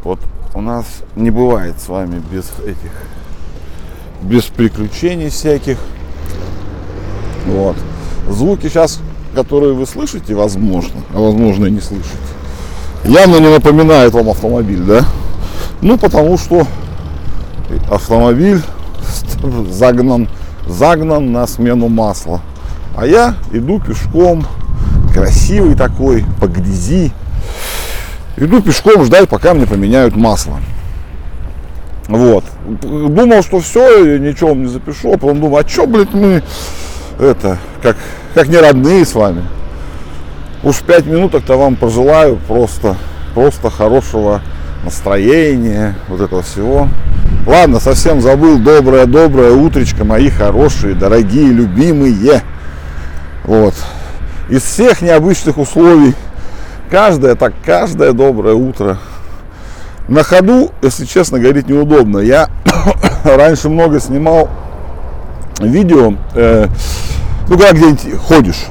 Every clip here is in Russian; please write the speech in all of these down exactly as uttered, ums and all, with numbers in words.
Вот у нас не бывает с вами без этих, без приключений всяких. Вот. Звуки сейчас, которые вы слышите, возможно, а возможно и не слышите, явно не напоминает вам автомобиль, да? Ну, потому что автомобиль загнан, загнан на смену масла. А я иду пешком, красивый такой, по грязи. Иду пешком ждать, пока мне поменяют масло. Вот. Думал, что все, я ничего не запишу. А потом думаю, а что, блядь, мы это, как, как не родные с вами. Уж пять минуток-то вам пожелаю просто, просто хорошего настроения, вот этого всего. Ладно, совсем забыл. Доброе-доброе утречко, мои хорошие, дорогие, любимые. Вот. Из всех необычных условий, каждое, так каждое доброе утро. На ходу, если честно говорить, неудобно. Я раньше много снимал видео, э, ну, когда где-нибудь ходишь.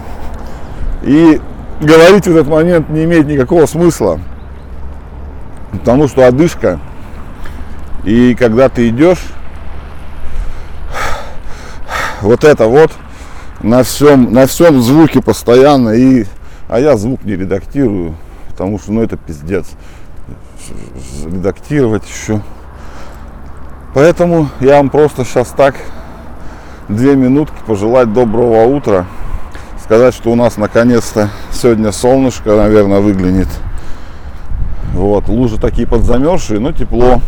И говорить в этот момент не имеет никакого смысла. Потому что одышка. И когда ты идешь, вот это вот на всем, на всем звуке постоянно. И, а я звук не редактирую, потому что, ну, это пиздец. Редактировать еще. Поэтому я вам просто сейчас так две минутки пожелать доброго утра. Сказать, что у нас наконец-то сегодня солнышко, наверное, выглянет. Вот, лужи такие подзамерзшие, но тепло.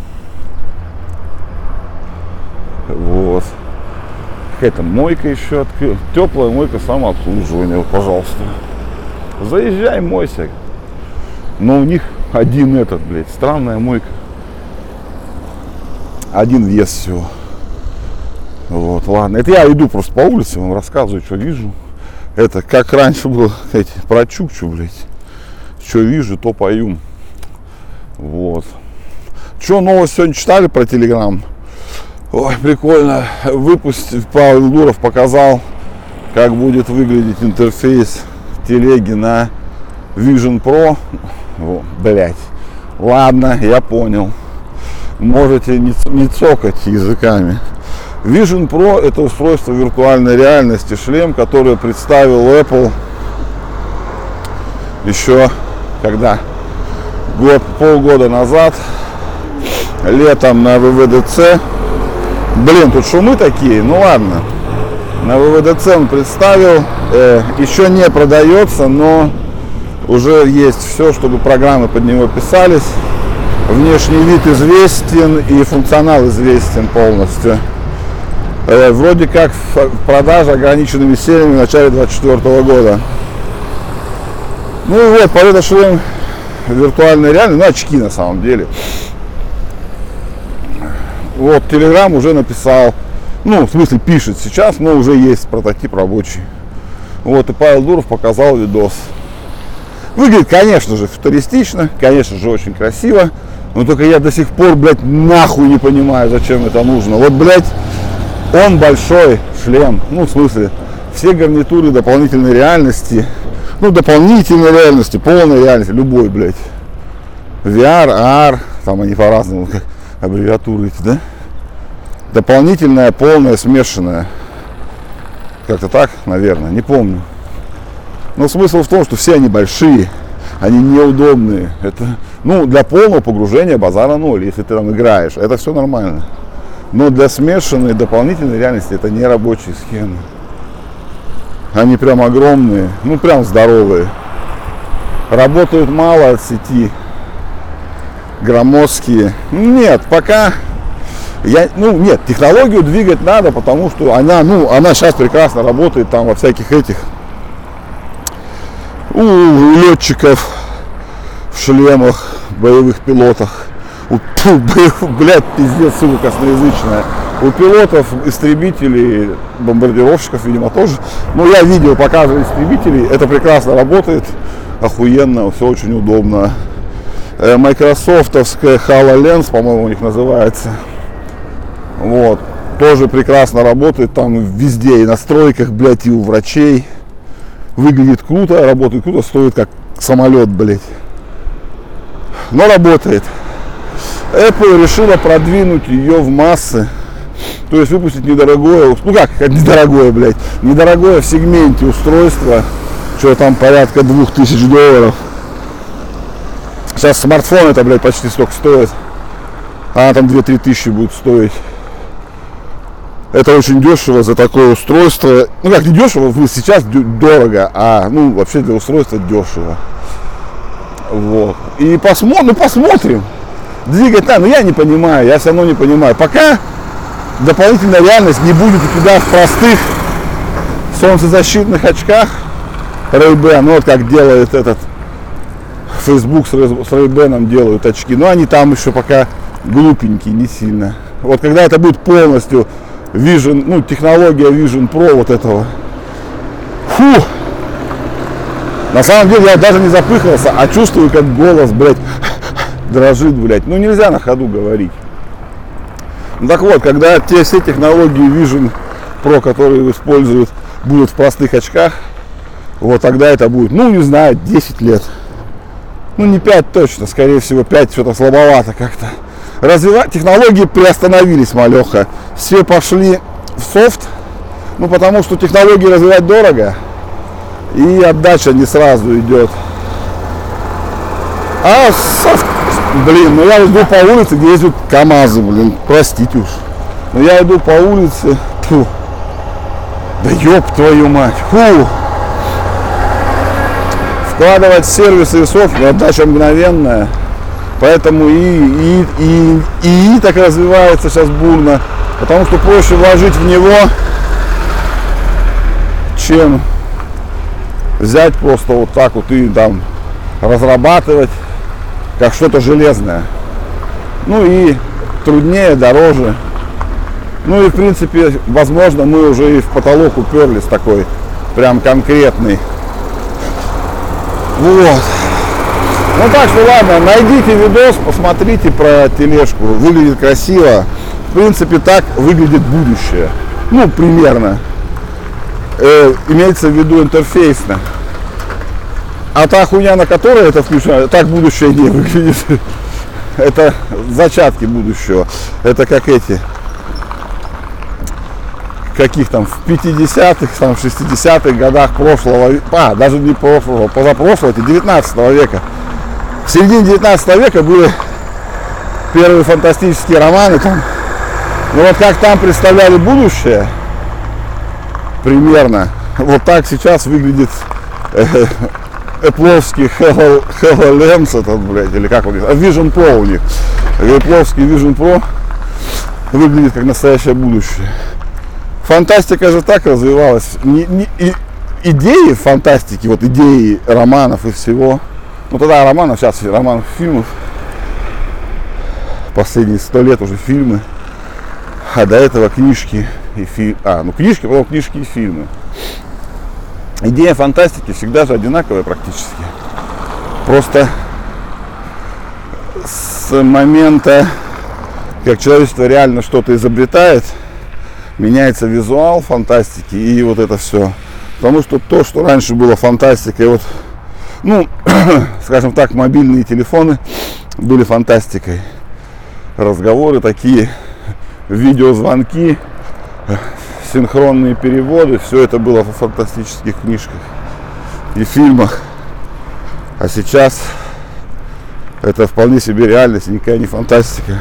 Вот. Какая-то мойка еще открыта. Теплая мойка самообслуживания, пожалуйста. Заезжай, мойся. Но у них один этот, блядь, странная мойка. Один вес всего. Вот, ладно. Это я иду просто по улице, вам рассказываю, что вижу. Это как раньше было, эти, про Чукчу, блядь. Что вижу, то пою. Вот. Что, новость сегодня читали про Телеграм? Ой, прикольно. Выпуск Павел Дуров показал, как будет выглядеть интерфейс телеги на Vision Pro. О, блять. Ладно, я понял. Можете не, не цокать языками. Vision Pro — это устройство виртуальной реальности, шлем, который представил Apple еще когда? Год, полгода назад, летом на дабл ю дабл ю ди си. Блин, тут шумы такие, ну ладно. На дабл ю дабл ю ди си он представил, э, еще не продается, но уже есть все, чтобы программы под него писались. Внешний вид известен и функционал известен полностью. Э, вроде как в продаже ограниченными сериями в начале двадцать четвёртого года. Ну и вот, по шлем виртуальной реальности, ну очки на самом деле. Вот, Telegram уже написал, ну, в смысле, пишет сейчас, но уже есть прототип рабочий. Вот, и Павел Дуров показал видос. Выглядит, конечно же, футуристично, конечно же, очень красиво, но только я до сих пор, блядь, нахуй не понимаю, зачем это нужно. Вот, блядь, он большой шлем, ну, в смысле, все гарнитуры дополнительной реальности, ну, дополнительной реальности, полной реальности, любой, блядь. ви ар, эй ар, там они по-разному, как аббревиатуры эти, да? Дополнительная, полная, смешанная. Как-то так, наверное, не помню. Но смысл в том, что все они большие, они неудобные. Это, ну, для полного погружения базара ноль, если ты там играешь, это все нормально. Но для смешанной дополнительной реальности это не рабочие схемы. Они прям огромные, ну прям здоровые. Работают мало от сети. Громоздкие. Нет, пока я, ну нет, технологию двигать надо, потому что она, ну, она сейчас прекрасно работает там во всяких этих у летчиков в шлемах, боевых пилотах. У, блядь, пиздец, сука, косноязычная. У пилотов, истребителей, бомбардировщиков, видимо, тоже. Но я видео показываю истребителей, это прекрасно работает, охуенно, все очень удобно. Майкрософтовская HoloLens, по-моему, у них называется. Вот, тоже прекрасно работает, там везде, и на стройках, блядь, и у врачей. Выглядит круто, работает круто, стоит как самолет, блядь. Но работает. Apple решила продвинуть ее в массы. То есть выпустить недорогое, ну как, как недорогое, блядь, недорогое в сегменте устройство, что там порядка двух тысяч долларов. Сейчас смартфон это, блядь, почти столько стоит. А там две-три тысячи будет стоить. Это очень дешево за такое устройство. Ну как, не дешево, сейчас дорого, а ну вообще для устройства дешево. Вот. И посмотрим, ну посмотрим. Двигать надо, но я не понимаю, я все равно не понимаю. Пока дополнительная реальность не будет у тебя в простых солнцезащитных очках Ray-Ban, ну вот как делает этот Facebook с Ray-Ban делают очки, но они там еще пока глупенькие, не сильно. Вот когда это будет полностью Vision, ну технология Vision Pro вот этого, фу, на самом деле я даже не запыхался, а чувствую, как голос, блядь, дрожит, блядь, ну нельзя на ходу говорить. Ну, так вот, когда те все технологии Vision Pro, которые используют, будут в простых очках, вот тогда это будет, ну не знаю, десять лет. Ну не пять точно, скорее всего пять что-то слабовато как-то. Развивать технологии приостановились, малеха. Все пошли в софт, ну потому что технологии развивать дорого, и отдача не сразу идет. А софт, блин, ну я иду по улице, где ездят КамАЗы, блин, простите уж. Но я иду по улице, фу, да ёб твою мать, фу. Вкладывать в сервисы и софт, отдача мгновенная. Поэтому и, и, и, и, и так развивается сейчас бурно. Потому что проще вложить в него, чем взять просто вот так вот и там разрабатывать как что-то железное. Ну и труднее, дороже. Ну и в принципе, возможно, мы уже и в потолок уперлись такой, прям конкретный. Вот. Ну так что ладно, найдите видос, посмотрите про тележку. Выглядит красиво. В принципе, так выглядит будущее. Ну, примерно. Э, имеется в виду интерфейсно. А та хуйня, на которой это включено, так будущее не выглядит. Это зачатки будущего. Это как эти, каких там в пятидесятых, там, в шестидесятых годах прошлого, а, даже не прошлого, позапрошлого, девятнадцатого века. В середине девятнадцатого века были первые фантастические романы там. Ну вот как там представляли будущее, примерно, вот так сейчас выглядит Эппловский HoloLens, этот, блядь, или как он, Vision Pro у них. Эппловский Vision Pro выглядит как настоящее будущее. Фантастика же так развивалась. Не, не, и, идеи фантастики, вот идеи романов и всего. Ну тогда романов, сейчас романов, фильмов. Последние сто лет уже фильмы. А до этого книжки и фильмы. А, ну книжки, потом книжки и фильмы. Идея фантастики всегда же одинаковая практически. Просто с момента, как человечество реально что-то изобретает, меняется визуал фантастики и вот это все. Потому что то, что раньше было фантастикой, вот, ну, скажем так, мобильные телефоны были фантастикой. Разговоры такие, видеозвонки, синхронные переводы, все это было в фантастических книжках и фильмах. А сейчас это вполне себе реальность, никакая не фантастика.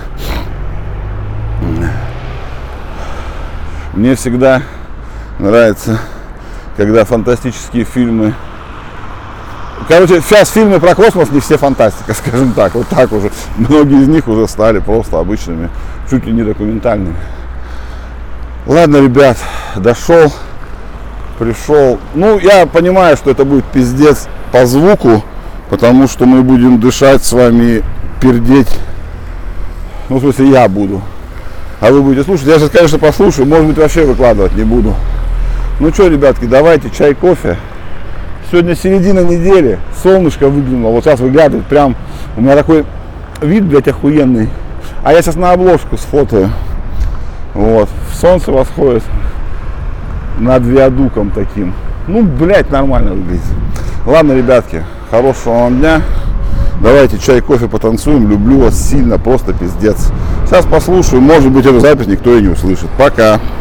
Мне всегда нравится, когда фантастические фильмы... Короче, сейчас фильмы про космос не все фантастика, скажем так. Вот так уже. Многие из них уже стали просто обычными, чуть ли не документальными. Ладно, ребят, дошел, пришел. Ну, я понимаю, что это будет пиздец по звуку, потому что мы будем дышать с вами, пердеть. Ну, в смысле, я буду. А вы будете слушать. Я сейчас, конечно, послушаю, может быть, вообще выкладывать не буду. Ну что, ребятки, давайте чай, кофе. Сегодня середина недели, солнышко выглянуло. Вот сейчас выглядывает прям, у меня такой вид, блядь, охуенный. А я сейчас на обложку сфотаю. Вот, солнце восходит над виадуком таким. Ну, блядь, нормально выглядит. Ладно, ребятки, хорошего вам дня. Давайте чай, кофе, потанцуем. Люблю вас сильно, просто пиздец. Сейчас послушаю, может быть, эту запись никто и не услышит. Пока.